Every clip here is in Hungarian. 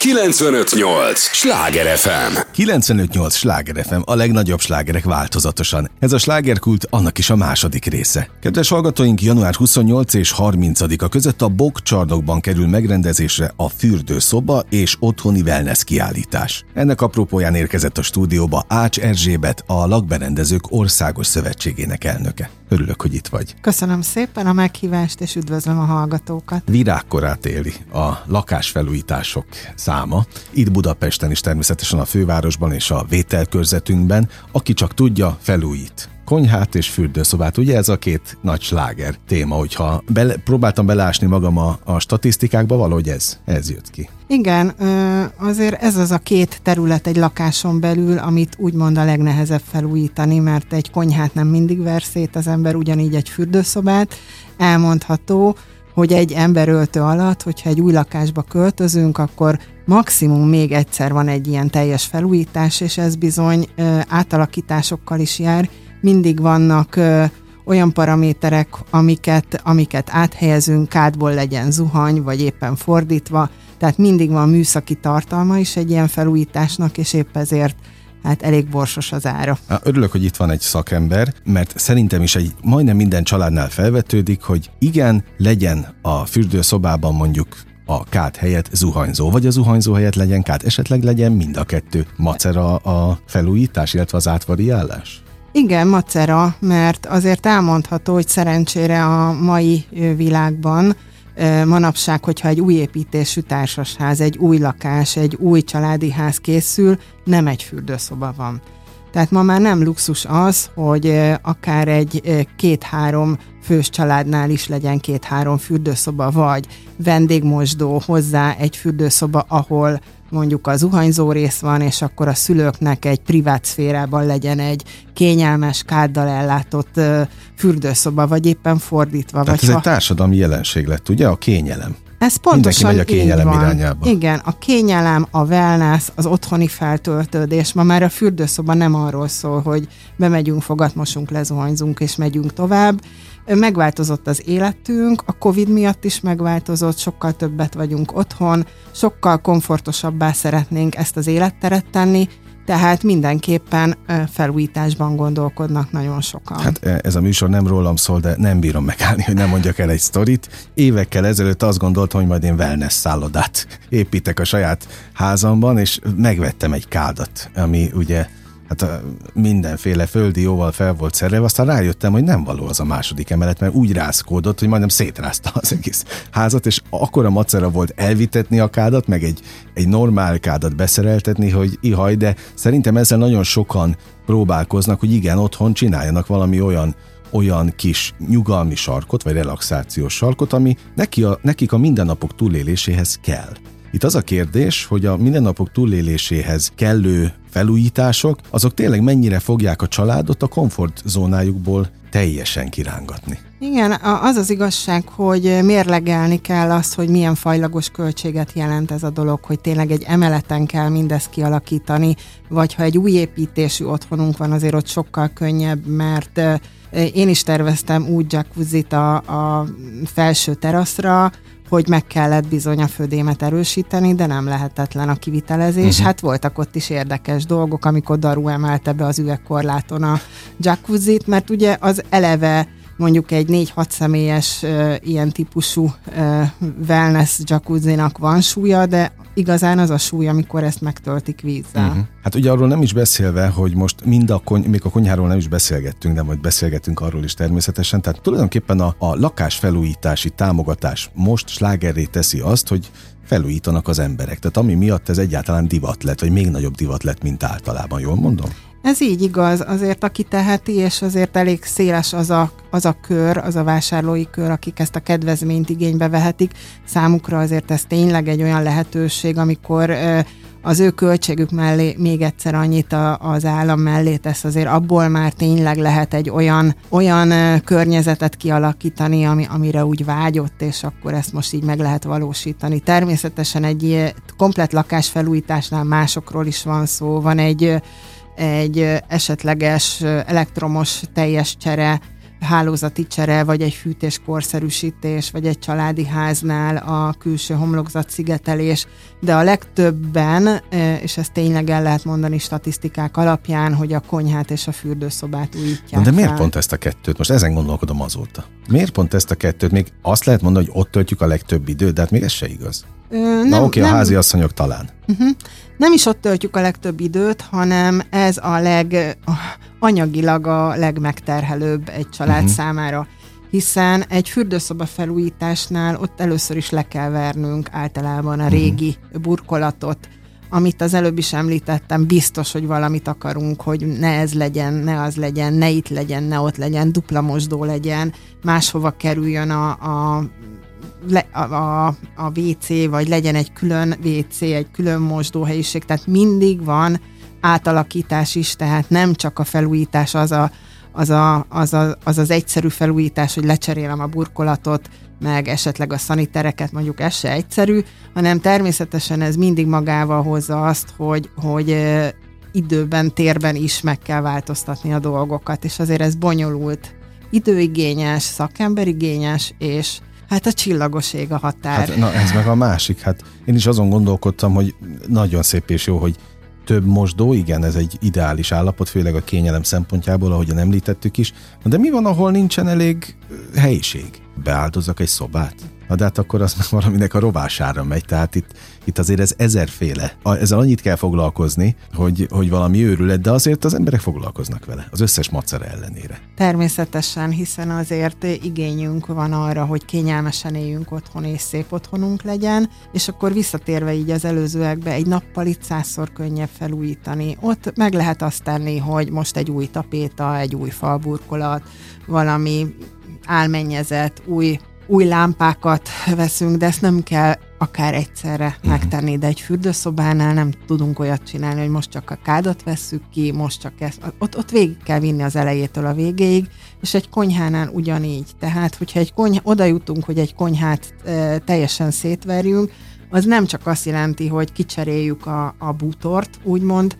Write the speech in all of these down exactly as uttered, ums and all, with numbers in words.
kilencvenöt nyolc Sláger ef em. kilencvenöt nyolc Sláger ef em, a legnagyobb slágerek változatosan. Ez a slágerkult, annak is a második része. Kedves hallgatóink, január huszonnyolcadika és harmincadika között a Bokkcsarnokban kerül megrendezésre a fürdőszoba és otthoni wellness kiállítás. Ennek apropóján érkezett a stúdióba Ács Erzsébet, a Lakberendezők Országos Szövetségének elnöke. Örülök, hogy itt vagy. Köszönöm szépen a meghívást, és üdvözlöm a hallgatókat. Virágkorát éli a lakásfelújítások száma. Itt Budapesten is, természetesen a fővárosban és a vételkörzetünkben. Aki csak tudja, felújít konyhát és fürdőszobát. Ugye ez a két nagy sláger téma, hogyha bele, próbáltam beleásni magam a, a statisztikákba, valahogy ez, ez jött ki. Igen, azért ez az a két terület egy lakáson belül, amit úgymond a legnehezebb felújítani, mert egy konyhát nem mindig ver szét az ember, ugyanígy egy fürdőszobát. Elmondható, hogy egy emberöltő alatt, hogyha egy új lakásba költözünk, akkor maximum még egyszer van egy ilyen teljes felújítás, és ez bizony ö, átalakításokkal is jár. Mindig vannak ö, olyan paraméterek, amiket, amiket áthelyezünk, kádból legyen zuhany, vagy éppen fordítva, tehát mindig van műszaki tartalma is egy ilyen felújításnak, és épp ezért hát elég borsos az ára. Örülök, hogy itt van egy szakember, mert szerintem is egy majdnem minden családnál felvetődik, hogy igen, legyen a fürdőszobában mondjuk a kád helyett zuhanyzó, vagy a zuhanyzó helyett legyen kád, esetleg legyen mind a kettő. Macera a felújítás, illetve az átvariálás? Igen, macera, mert azért elmondható, hogy szerencsére a mai világban manapság, hogyha egy új építésű társasház, egy új lakás, egy új családi ház készül, nem egy fürdőszoba van. Tehát ma már nem luxus az, hogy akár egy két-három fős családnál is legyen két-három fürdőszoba, vagy vendégmosdó, hozzá egy fürdőszoba, ahol mondjuk a zuhanyzó rész van, és akkor a szülőknek egy privát szférában legyen egy kényelmes, káddal ellátott fürdőszoba, vagy éppen fordítva. Tehát vagy ez ha... egy társadalmi jelenség lett, ugye? A kényelem. Ez pontosan mindenki megy a kényelem így van. irányába. Igen, a kényelem, a wellness, az otthoni feltöltődés. Ma már a fürdőszoba nem arról szól, hogy bemegyünk, fogatmosunk, lezuhanyzunk és megyünk tovább. Megváltozott az életünk, a Covid miatt is megváltozott, sokkal többet vagyunk otthon, sokkal komfortosabbá szeretnénk ezt az életteret tenni, tehát mindenképpen felújításban gondolkodnak nagyon sokan. Hát ez a műsor nem rólam szól, de nem bírom megállni, hogy nem mondjak el egy sztorit. Évekkel ezelőtt azt gondoltam, hogy majd én wellness szállodát építek a saját házamban, és megvettem egy kádat, ami ugye hát mindenféle földi jóval fel volt szerelve, aztán rájöttem, hogy nem való az a második emelet, mert úgy rázkódott, hogy majdnem szétrázta az egész házat, és akkora macera volt elvitetni a kádat, meg egy, egy normál kádat beszereltetni, hogy ihaj, de szerintem ezzel nagyon sokan próbálkoznak, hogy igen, otthon csináljanak valami olyan olyan kis nyugalmi sarkot, vagy relaxációs sarkot, ami neki a, nekik a mindennapok túléléséhez kell. Itt az a kérdés, hogy a mindennapok túléléséhez kellő felújítások, azok tényleg mennyire fogják a családot a komfortzónájukból teljesen kirángatni. Igen, az az igazság, hogy mérlegelni kell azt, hogy milyen fajlagos költséget jelent ez a dolog, hogy tényleg egy emeleten kell mindezt kialakítani, vagy ha egy új építésű otthonunk van, azért ott sokkal könnyebb, mert én is terveztem úgy jacuzzit a, a felső teraszra, hogy meg kellett bizony a födémet erősíteni, de nem lehetetlen a kivitelezés. Uh-huh. Hát voltak ott is érdekes dolgok, amikor Daru emelte be az üvegkorláton a jacuzzit, mert ugye az eleve mondjuk egy négy-hat személyes uh, ilyen típusú uh, wellness jacuzzinak van súlya, de igazán az a súly, amikor ezt megtöltik vízzel. Uh-huh. Hát ugye arról nem is beszélve, hogy most mind a kony- még a konyháról nem is beszélgettünk, de majd beszélgetünk arról is természetesen. Tehát tulajdonképpen a, a lakásfelújítási támogatás most slágerré teszi azt, hogy felújítanak az emberek. Tehát ami miatt ez egyáltalán divat lett, vagy még nagyobb divat lett, mint általában. Jól mondom? Ez így igaz, azért aki teheti, és azért elég széles az a, az a kör, az a vásárlói kör, akik ezt a kedvezményt igénybe vehetik. Számukra azért ez tényleg egy olyan lehetőség, amikor ö, az ő költségük mellé még egyszer annyit a, az állam mellé tesz, azért abból már tényleg lehet egy olyan, olyan ö, környezetet kialakítani, ami, amire úgy vágyott, és akkor ezt most így meg lehet valósítani. Természetesen egy ilyen komplett lakásfelújításnál másokról is van szó, van egy egy esetleges elektromos teljes csere, hálózati csere, vagy egy fűtés korszerűsítés, vagy egy családi háznál a külső homlokzat szigetelés, de a legtöbben, és ezt tényleg el lehet mondani statisztikák alapján, hogy a konyhát és a fürdőszobát újítják. De miért fel. pont ezt a kettőt? Most ezen gondolkodom azóta. Miért pont ezt a kettőt? Még azt lehet mondani, hogy ott töltjük a legtöbb időt, de hát még ez se igaz. Ö, Na nem, oké, nem, a háziasszonyok talán. Uh-huh. Nem is ott töltjük a legtöbb időt, hanem ez a leg, anyagilag a legmegterhelőbb egy család uh-huh. számára. Hiszen egy fürdőszoba felújításnál ott először is le kell vernünk általában a régi uh-huh. burkolatot, amit az előbb is említettem, biztos, hogy valamit akarunk, hogy ne ez legyen, ne az legyen, ne itt legyen, ne ott legyen, dupla mosdó legyen, máshova kerüljön a, a Le, a, a, a vé cé, vagy legyen egy külön vé cé, egy külön mosdóhelyiség, tehát mindig van átalakítás is, tehát nem csak a felújítás az a, az, a, az, a, az az egyszerű felújítás, hogy lecserélem a burkolatot, meg esetleg a szanitereket, mondjuk ez se egyszerű, hanem természetesen ez mindig magával hozza azt, hogy, hogy időben, térben is meg kell változtatni a dolgokat, és azért ez bonyolult, időigényes, szakemberigényes, és hát a csillagos ég a határ. Hát, na ez meg a másik. Hát én is azon gondolkodtam, hogy nagyon szép és jó, hogy több mosdó, igen, ez egy ideális állapot, főleg a kényelem szempontjából, ahogyan említettük is. De mi van, ahol nincsen elég helyiség? Beáldozzak egy szobát? Na de hát akkor az meg valaminek a rovására megy, tehát itt, itt azért ez ezerféle. Ezzel annyit kell foglalkozni, hogy, hogy valami őrület, de azért az emberek foglalkoznak vele, az összes macera ellenére. Természetesen, hiszen azért igényünk van arra, hogy kényelmesen éljünk otthon, és szép otthonunk legyen, és akkor visszatérve így az előzőekbe, egy nappal itt százszor könnyebb felújítani. Ott meg lehet azt tenni, hogy most egy új tapéta, egy új falburkolat, valami álmennyezet, új új lámpákat veszünk, de ezt nem kell akár egyszerre uh-huh. megtenni, de egy fürdőszobánál nem tudunk olyat csinálni, hogy most csak a kádat vesszük ki, most csak ezt. Ott, ott végig kell vinni az elejétől a végéig, és egy konyhánál ugyanígy. Tehát, hogyha egy konyha, oda jutunk, hogy egy konyhát e, teljesen szétverjünk, az nem csak azt jelenti, hogy kicseréljük a, a bútort, úgymond,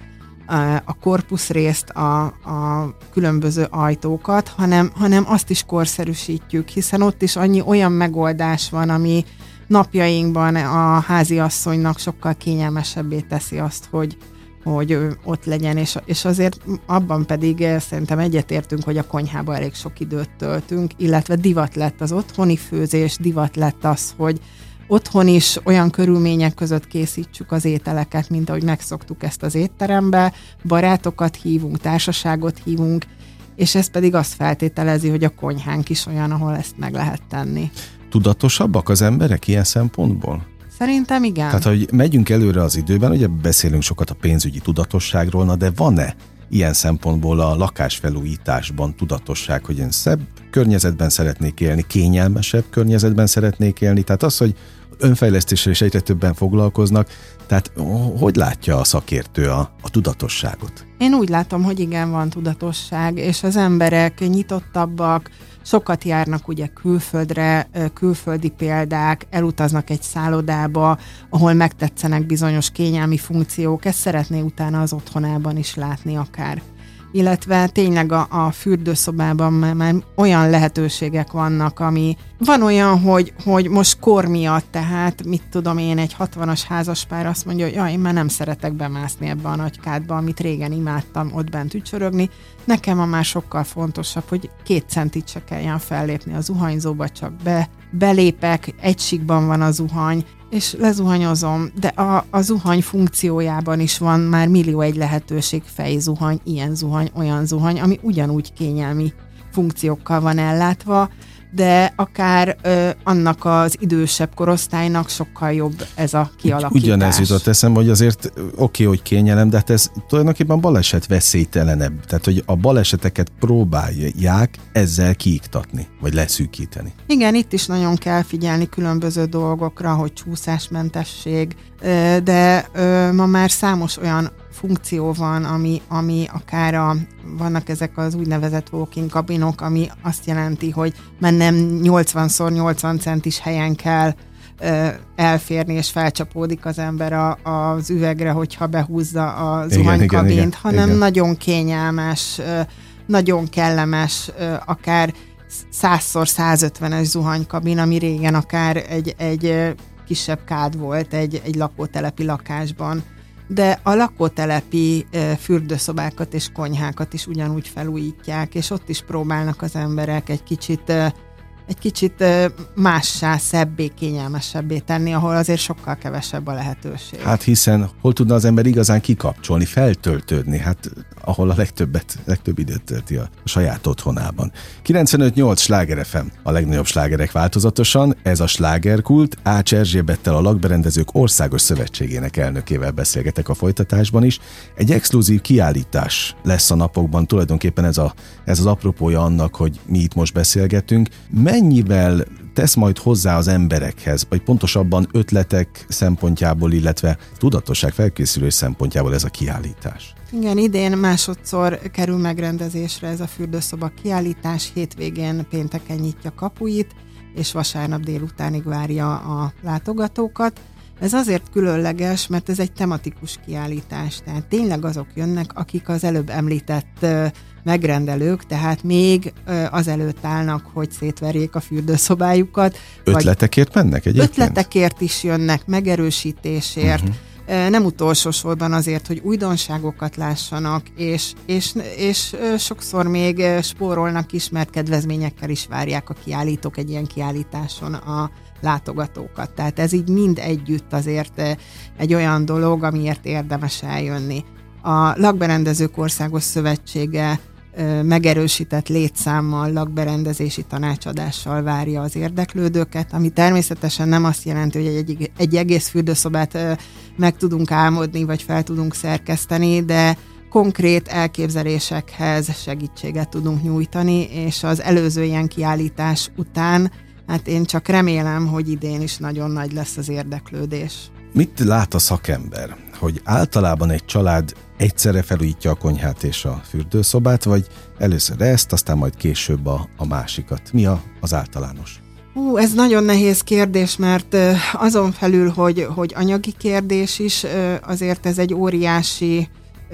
a korpuszrészt, a, a különböző ajtókat, hanem, hanem azt is korszerűsítjük, hiszen ott is annyi olyan megoldás van, ami napjainkban a háziasszonynak sokkal kényelmesebbé teszi azt, hogy, hogy ott legyen, és, és azért abban pedig szerintem egyetértünk, hogy a konyhába elég sok időt töltünk, illetve divat lett az otthoni főzés, divat lett az, hogy otthon is olyan körülmények között készítsük az ételeket, mint ahogy megszoktuk ezt az étterembe, barátokat hívunk, társaságot hívunk, és ez pedig azt feltételezi, hogy a konyhánk is olyan, ahol ezt meg lehet tenni. Tudatosabbak az emberek ilyen szempontból? Szerintem igen. Tehát, hogy megyünk előre az időben, ugye beszélünk sokat a pénzügyi tudatosságról, na de van-e ilyen szempontból a lakásfelújításban tudatosság, hogy én szebb környezetben szeretnék élni, kényelmesebb környezetben szeretnék élni, tehát az, hogy önfejlesztéssel is egyre többen foglalkoznak, tehát hogy látja a szakértő a, a tudatosságot? Én úgy látom, hogy igen, van tudatosság, és az emberek nyitottabbak, sokat járnak ugye külföldre, külföldi példák, elutaznak egy szállodába, ahol megtetszenek bizonyos kényelmi funkciók, ezt szeretné utána az otthonában is látni akár. Illetve tényleg a, a fürdőszobában már, már olyan lehetőségek vannak, ami van olyan, hogy, hogy most kor miatt, tehát mit tudom én, egy hatvanas házaspár azt mondja, hogy ja, én már nem szeretek bemászni ebbe a nagykádba, amit régen imádtam ott bent ücsörögni. Nekem a már sokkal fontosabb, hogy két centit se kelljen fellépni a zuhanyzóba, csak be, belépek, egy síkban van a zuhany, és lezuhanyozom, de a, a zuhany funkciójában is van már millió egy lehetőség, fejzuhany, ilyen zuhany, olyan zuhany, ami ugyanúgy kényelmi funkciókkal van ellátva, de akár ö, annak az idősebb korosztálynak sokkal jobb ez a kialakítás. Ugyanez jutott eszembe, hogy azért oké, okay, hogy kényelem, de hát ez tulajdonképpen baleset veszélytelenebb. Tehát, hogy a baleseteket próbálják ezzel kiiktatni, vagy leszűkíteni. Igen, itt is nagyon kell figyelni különböző dolgokra, hogy csúszásmentesség, de ma már számos olyan funkció van, ami, ami akár a, vannak ezek az úgynevezett walk-in kabinok, ami azt jelenti, hogy már nem nyolcvan nyolcvan centis helyen kell ö, elférni, és felcsapódik az ember a, az üvegre, hogyha behúzza a zuhanykabint, hanem igen. nagyon kényelmes, ö, nagyon kellemes, akár százszor százötvenes zuhanykabin, ami régen akár egy, egy kisebb kád volt egy, egy lakótelepi lakásban. De a lakótelepi fürdőszobákat és konyhákat is ugyanúgy felújítják, és ott is próbálnak az emberek egy kicsit, egy kicsit mássá, szebbé, kényelmesebbé tenni, ahol azért sokkal kevesebb a lehetőség. Hát hiszen hol tudna az ember igazán kikapcsolni, feltöltődni, hát ahol a legtöbbet, legtöbb időt tölti a saját otthonában. kilencvenöt nyolc Sláger ef em, a legnagyobb slágerek változatosan, ez a Slágerkult. Ács Erzsébettel, a Lakberendezők Országos Szövetségének elnökével beszélgetek a folytatásban is. Egy exkluzív kiállítás lesz a napokban, tulajdonképpen ez, a, ez az apropója annak, hogy mi itt most beszélgetünk. Mennyivel tesz majd hozzá az emberekhez, vagy pontosabban ötletek szempontjából, illetve tudatosság felkészülés szempontjából ez a kiállítás? Igen, idén másodszor kerül megrendezésre ez a fürdőszoba kiállítás, hétvégén pénteken nyitja kapuit, és vasárnap délutánig várja a látogatókat. Ez azért különleges, mert ez egy tematikus kiállítás, tehát tényleg azok jönnek, akik az előbb említett megrendelők, tehát még azelőtt állnak, hogy szétverjék a fürdőszobájukat. Ötletekért mennek egyébként? Ötletekért is jönnek, megerősítésért, uh-huh. Nem utolsó sorban azért, hogy újdonságokat lássanak, és, és, és sokszor még spórolnak is, mert kedvezményekkel is várják a kiállítók egy ilyen kiállításon a látogatókat. Tehát ez így mind együtt azért egy olyan dolog, amiért érdemes eljönni. A Lakberendezők Országos Szövetsége megerősített létszámmal, lakberendezési tanácsadással várja az érdeklődőket, ami természetesen nem azt jelenti, hogy egy, egy egész fürdőszobát meg tudunk álmodni, vagy fel tudunk szerkeszteni, de konkrét elképzelésekhez segítséget tudunk nyújtani, és az előző ilyen kiállítás után, hát én csak remélem, hogy idén is nagyon nagy lesz az érdeklődés. Mit lát a szakember? Hogy általában egy család egyszerre felújítja a konyhát és a fürdőszobát, vagy először ezt, aztán majd később a, a másikat? Mi a, az általános? Hú, ez nagyon nehéz kérdés, mert azon felül, hogy, hogy anyagi kérdés is, azért ez egy óriási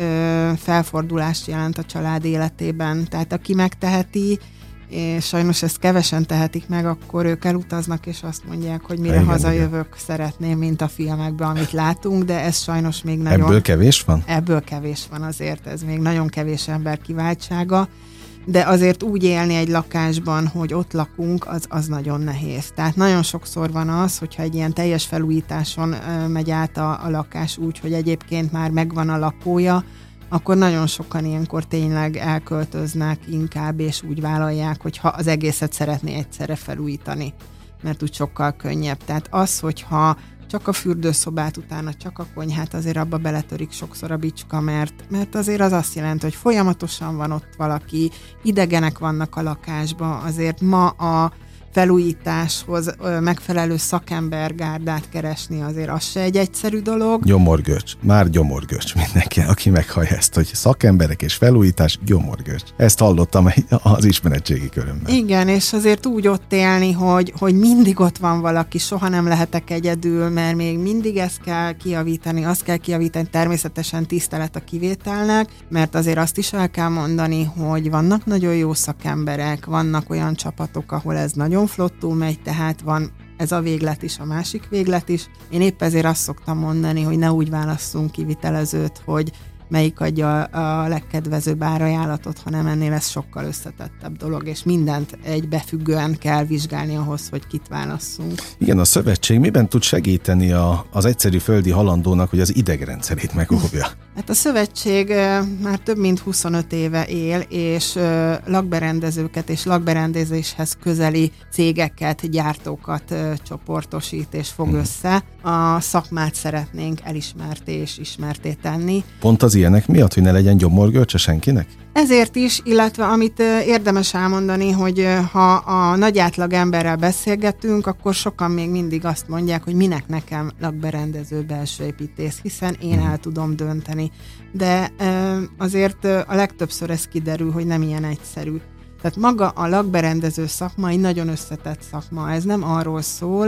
felfordulást jelent a család életében. Tehát aki megteheti, és sajnos ezt kevesen tehetik meg, akkor ők elutaznak, és azt mondják, hogy mire igen, hazajövök, igen. szeretném, mint a filmekben, amit látunk, de ez sajnos még nagyon... Ebből kevés van? Ebből kevés van azért, ez még nagyon kevés ember kiváltsága, de azért úgy élni egy lakásban, hogy ott lakunk, az, az nagyon nehéz. Tehát nagyon sokszor van az, hogyha egy ilyen teljes felújításon ö, megy át a, a lakás úgy, hogy egyébként már megvan a lakója, akkor nagyon sokan ilyenkor tényleg elköltöznek inkább, és úgy vállalják, hogy ha az egészet szeretné egyszerre felújítani, mert úgy sokkal könnyebb. Tehát az, hogyha csak a fürdőszobát, utána csak a konyhát, azért abba beletörik sokszor a bicska, mert, mert azért az azt jelenti, hogy folyamatosan van ott valaki, idegenek vannak a lakásban, azért ma a felújításhoz megfelelő szakembergárdát keresni, azért az se egy egyszerű dolog. Gyomorgörcs, már gyomorgörcs mindenki, aki meghallja ezt, hogy szakemberek és felújítás, gyomorgörcs. Ezt hallottam az ismeretségi körömben. Igen, és azért úgy ott élni, hogy, hogy mindig ott van valaki, soha nem lehetek egyedül, mert még mindig ezt kell kijavítani, azt kell kijavítani, természetesen tisztelet a kivételnek, mert azért azt is el kell mondani, hogy vannak nagyon jó szakemberek, vannak olyan csapatok, ahol ez nagyon flottul megy, tehát van ez a véglet is, a másik véglet is. Én épp ezért azt szoktam mondani, hogy ne úgy válasszunk kivitelezőt, hogy melyik adja a legkedvezőbb árajánlatot, hanem ennél ez sokkal összetettebb dolog, és mindent egybefüggően kell vizsgálni ahhoz, hogy kit válasszunk. Igen, a szövetség miben tud segíteni a, az egyszerű földi halandónak, hogy az idegrendszerét megóvja? Hát a szövetség már több mint huszonöt éve él, és lakberendezőket és lakberendezéshez közeli cégeket, gyártókat csoportosít és fog hmm. össze. A szakmát szeretnénk elismerté és ismerté tenni. Pont az ilyenek miatt, hogy ne legyen gyomorgörcse senkinek? Ezért is, illetve amit érdemes elmondani, hogy ha a nagy átlag emberrel beszélgetünk, akkor sokan még mindig azt mondják, hogy minek nekem lakberendező belsőépítész, hiszen én el tudom dönteni. De azért a legtöbbször ez kiderül, hogy nem ilyen egyszerű. Tehát maga a lakberendező szakma egy nagyon összetett szakma. Ez nem arról szól,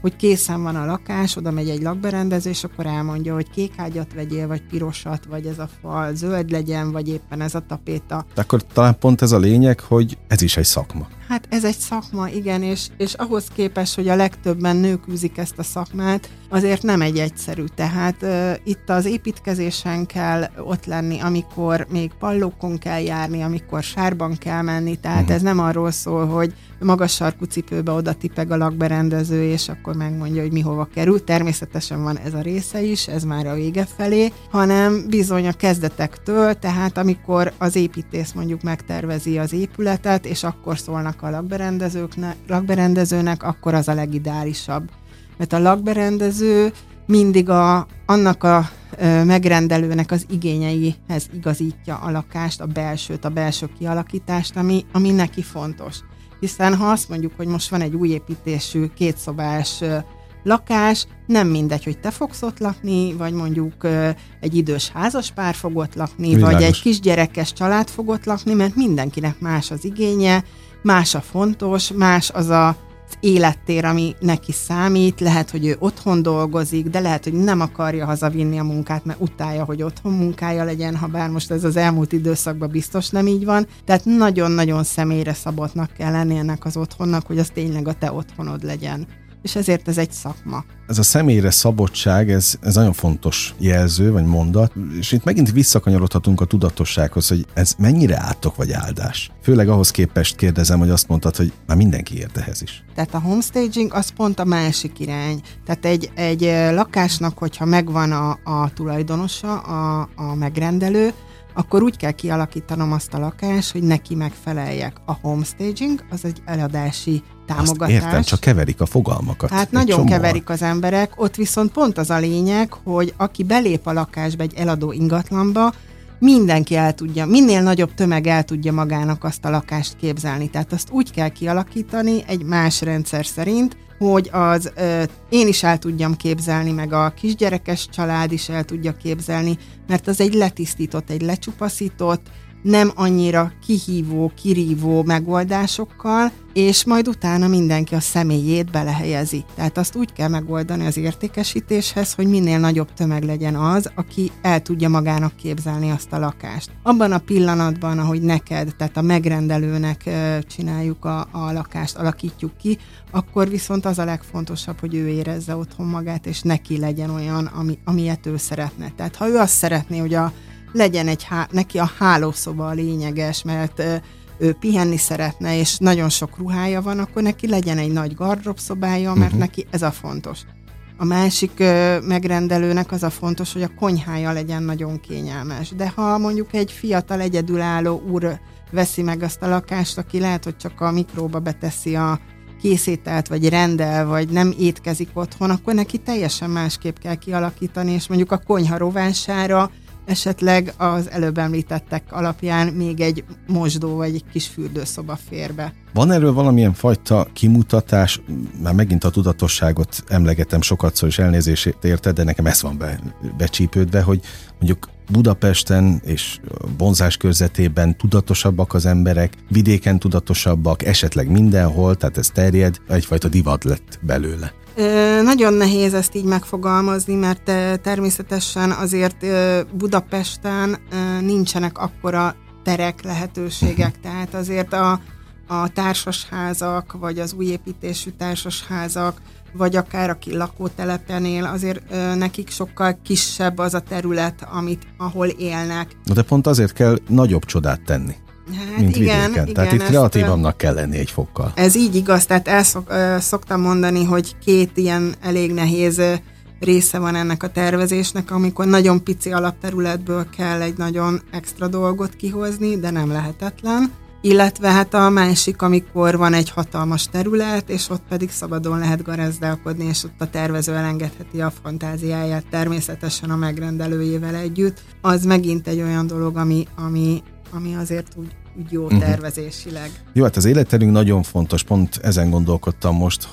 hogy készen van a lakás, oda megy egy lakberendező, és akkor elmondja, hogy kék ágyat vegyél, vagy pirosat, vagy ez a fal zöld legyen, vagy éppen ez a tapéta. De akkor talán pont ez a lényeg, hogy ez is egy szakma. Hát ez egy szakma, igen, és, és ahhoz képest, hogy a legtöbben nők űzik ezt a szakmát, azért nem egy egyszerű. Tehát uh, itt az építkezésen kell ott lenni, amikor még pallókon kell járni, amikor sárban kell menni, tehát uh-huh. ez nem arról szól, hogy magas sarkú cipőbe oda tipeg a lakberendező, és akkor megmondja, hogy mi hova kerül. Természetesen van ez a része is, ez már a vége felé, hanem bizony a kezdetektől, tehát amikor az építész mondjuk megtervezi az épületet, és akkor szólnak a lakberendezőknek, lakberendezőnek, akkor az a legideálisabb. Mert a lakberendező mindig a, annak a ö, megrendelőnek az igényeihez igazítja a lakást, a belsőt, a belső kialakítást, ami, ami neki fontos. Hiszen ha azt mondjuk, hogy most van egy új építésű, kétszobás ö, lakás, nem mindegy, hogy te fogsz ott lakni, vagy mondjuk ö, egy idős házaspár fog ott lakni, Világos. vagy egy kisgyerekes család fog ott lakni, mert mindenkinek más az igénye, más a fontos, más az a élettér, ami neki számít, lehet, hogy ő otthon dolgozik, de lehet, hogy nem akarja hazavinni a munkát, mert utálja, hogy otthon munkája legyen, ha bár most ez az elmúlt időszakban biztos nem így van. Tehát nagyon-nagyon személyre szabottnak kell lenni ennek az otthonnak, hogy az tényleg a te otthonod legyen. És ezért ez egy szakma. Ez a személyre szabottság, ez, ez nagyon fontos jelző, vagy mondat, és itt megint visszakanyarodhatunk a tudatossághoz, hogy ez mennyire átok vagy áldás. Főleg ahhoz képest kérdezem, hogy azt mondtad, hogy már mindenki ért ehhez is. Tehát a homestaging az pont a másik irány. Tehát egy, egy lakásnak, hogyha megvan a, a tulajdonosa, a, a megrendelő, akkor úgy kell kialakítanom azt a lakást, hogy neki megfeleljek. A homestaging az egy eladási támogatás. Azt értem, csak keverik a fogalmakat. Hát nagyon csomóan keverik az emberek, ott viszont pont az a lényeg, hogy aki belép a lakásba egy eladó ingatlanba, mindenki el tudja, minél nagyobb tömeg el tudja magának azt a lakást képzelni. Tehát azt úgy kell kialakítani egy más rendszer szerint, hogy az ö, én is el tudjam képzelni, meg a kisgyerekes család is el tudja képzelni, mert az egy letisztított, egy lecsupaszított, nem annyira kihívó, kirívó megoldásokkal, és majd utána mindenki a személyét belehelyezi. Tehát azt úgy kell megoldani az értékesítéshez, hogy minél nagyobb tömeg legyen az, aki el tudja magának képzelni azt a lakást. Abban a pillanatban, ahogy neked, tehát a megrendelőnek csináljuk a, a lakást, alakítjuk ki, akkor viszont az a legfontosabb, hogy ő érezze otthon magát, és neki legyen olyan, ami, amilyet ő szeretne. Tehát ha ő azt szeretné, hogy a legyen egy, há- neki a hálószoba a lényeges, mert ö, ő pihenni szeretne, és nagyon sok ruhája van, akkor neki legyen egy nagy gardróbszobája, mert uh-huh. neki ez a fontos. A másik ö, megrendelőnek az a fontos, hogy a konyhája legyen nagyon kényelmes. De ha mondjuk egy fiatal egyedülálló úr veszi meg azt a lakást, aki lehet, hogy csak a mikróba beteszi a készételt, vagy rendel, vagy nem étkezik otthon, akkor neki teljesen másképp kell kialakítani, és mondjuk a konyha rovására esetleg az előbb említettek alapján még egy mosdó vagy egy kis fürdőszoba fér be. Van erről valamilyen fajta kimutatás, már megint a tudatosságot emlegetem sokatszor, és elnézést érted, de nekem ez van be, becsípődve, hogy mondjuk Budapesten és vonzás körzetében tudatosabbak az emberek, vidéken tudatosabbak, esetleg mindenhol, tehát ez terjed, egyfajta divat lett belőle. Ö, nagyon nehéz ezt így megfogalmazni, mert ö, természetesen azért ö, Budapesten ö, nincsenek akkora terek, lehetőségek, tehát azért a, a társasházak, vagy az új építésű társasházak, vagy akár aki lakótelepen él, azért ö, nekik sokkal kisebb az a terület, amit, ahol élnek. De pont azért kell nagyobb csodát tenni. Hát mint igen, vidéken. igen, Tehát itt kreatívabbnak kell lenni egy fokkal. Ez így igaz, tehát el szok, szoktam mondani, hogy két ilyen elég nehéz része van ennek a tervezésnek, amikor nagyon pici alapterületből kell egy nagyon extra dolgot kihozni, de nem lehetetlen. Illetve hát a másik, amikor van egy hatalmas terület, és ott pedig szabadon lehet garázdálkodni, és ott a tervező elengedheti a fantáziáját természetesen a megrendelőjével együtt. Az megint egy olyan dolog, ami, ami, ami azért úgy, úgy jó tervezésileg. Uh-huh. Jó, hát az életterünk nagyon fontos, pont ezen gondolkodtam most, hogy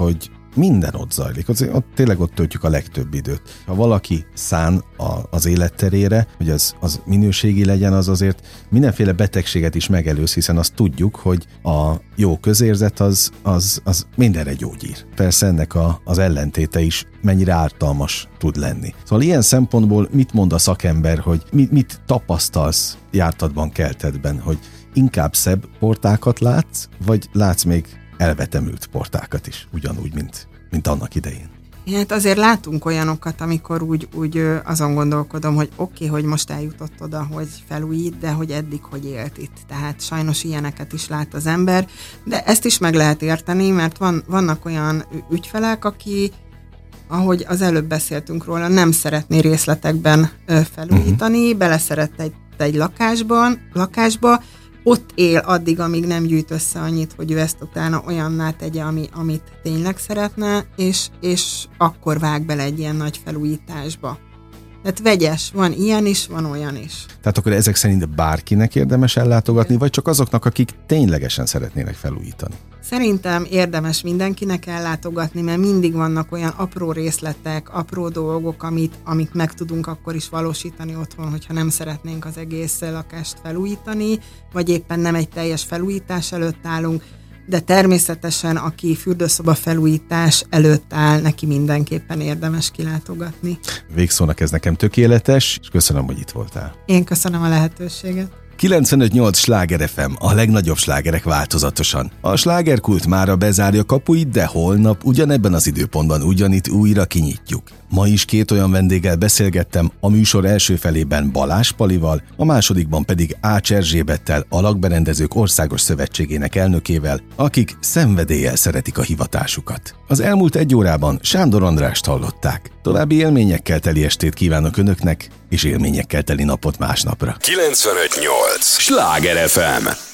minden ott zajlik. Az, ott, tényleg ott töltjük a legtöbb időt. Ha valaki szán a, az életterére, hogy az, az minőségi legyen, az azért mindenféle betegséget is megelőz, hiszen azt tudjuk, hogy a jó közérzet az, az, az mindenre gyógyír. Persze ennek a, az ellentéte is mennyire ártalmas tud lenni. Szóval ilyen szempontból mit mond a szakember, hogy mit, mit tapasztalsz jártatban, keltetben, hogy inkább szebb portákat látsz, vagy látsz még elvetemült portákat is, ugyanúgy, mint, mint annak idején? Hát azért látunk olyanokat, amikor úgy, úgy azon gondolkodom, hogy oké, okay, hogy most eljutott oda, hogy felújít, de hogy eddig hogy élt itt. Tehát sajnos ilyeneket is lát az ember, de ezt is meg lehet érteni, mert van, vannak olyan ügyfelek, aki, ahogy az előbb beszéltünk róla, nem szeretné részletekben felújítani, uh-huh. beleszerett egy, egy lakásban, lakásba, ott él addig, amíg nem gyűjt össze annyit, hogy ő ezt utána olyanná tegye, ami, amit tényleg szeretne, és, és akkor vág bele egy ilyen nagy felújításba. Tehát vegyes, van ilyen is, van olyan is. Tehát akkor ezek szerint bárkinek érdemes ellátogatni, vagy csak azoknak, akik ténylegesen szeretnének felújítani? Szerintem érdemes mindenkinek ellátogatni, mert mindig vannak olyan apró részletek, apró dolgok, amit, amit meg tudunk akkor is valósítani otthon, hogyha nem szeretnénk az egész lakást felújítani, vagy éppen nem egy teljes felújítás előtt állunk, de természetesen, aki fürdőszoba felújítás előtt áll, neki mindenképpen érdemes kilátogatni. Végszónak ez nekem tökéletes, és köszönöm, hogy itt voltál. Én köszönöm a lehetőséget. kilencvenöt nyolc Sláger ef em, a legnagyobb slágerek változatosan. A slágerkult mára bezárja kapuit, de holnap ugyanebben az időpontban ugyanitt újra kinyitjuk. Ma is két olyan vendéggel beszélgettem, a műsor első felében Balázs Palival, a másodikban pedig Ács Erzsébettel, a Lakberendezők Országos Szövetségének elnökével, akik szenvedéllyel szeretik a hivatásukat. Az elmúlt egy órában Sándor Andrást hallották. További élményekkel teli estét kívánok önöknek, és élményekkel teli napot másnapra. kilencvenöt nyolc Sláger ef em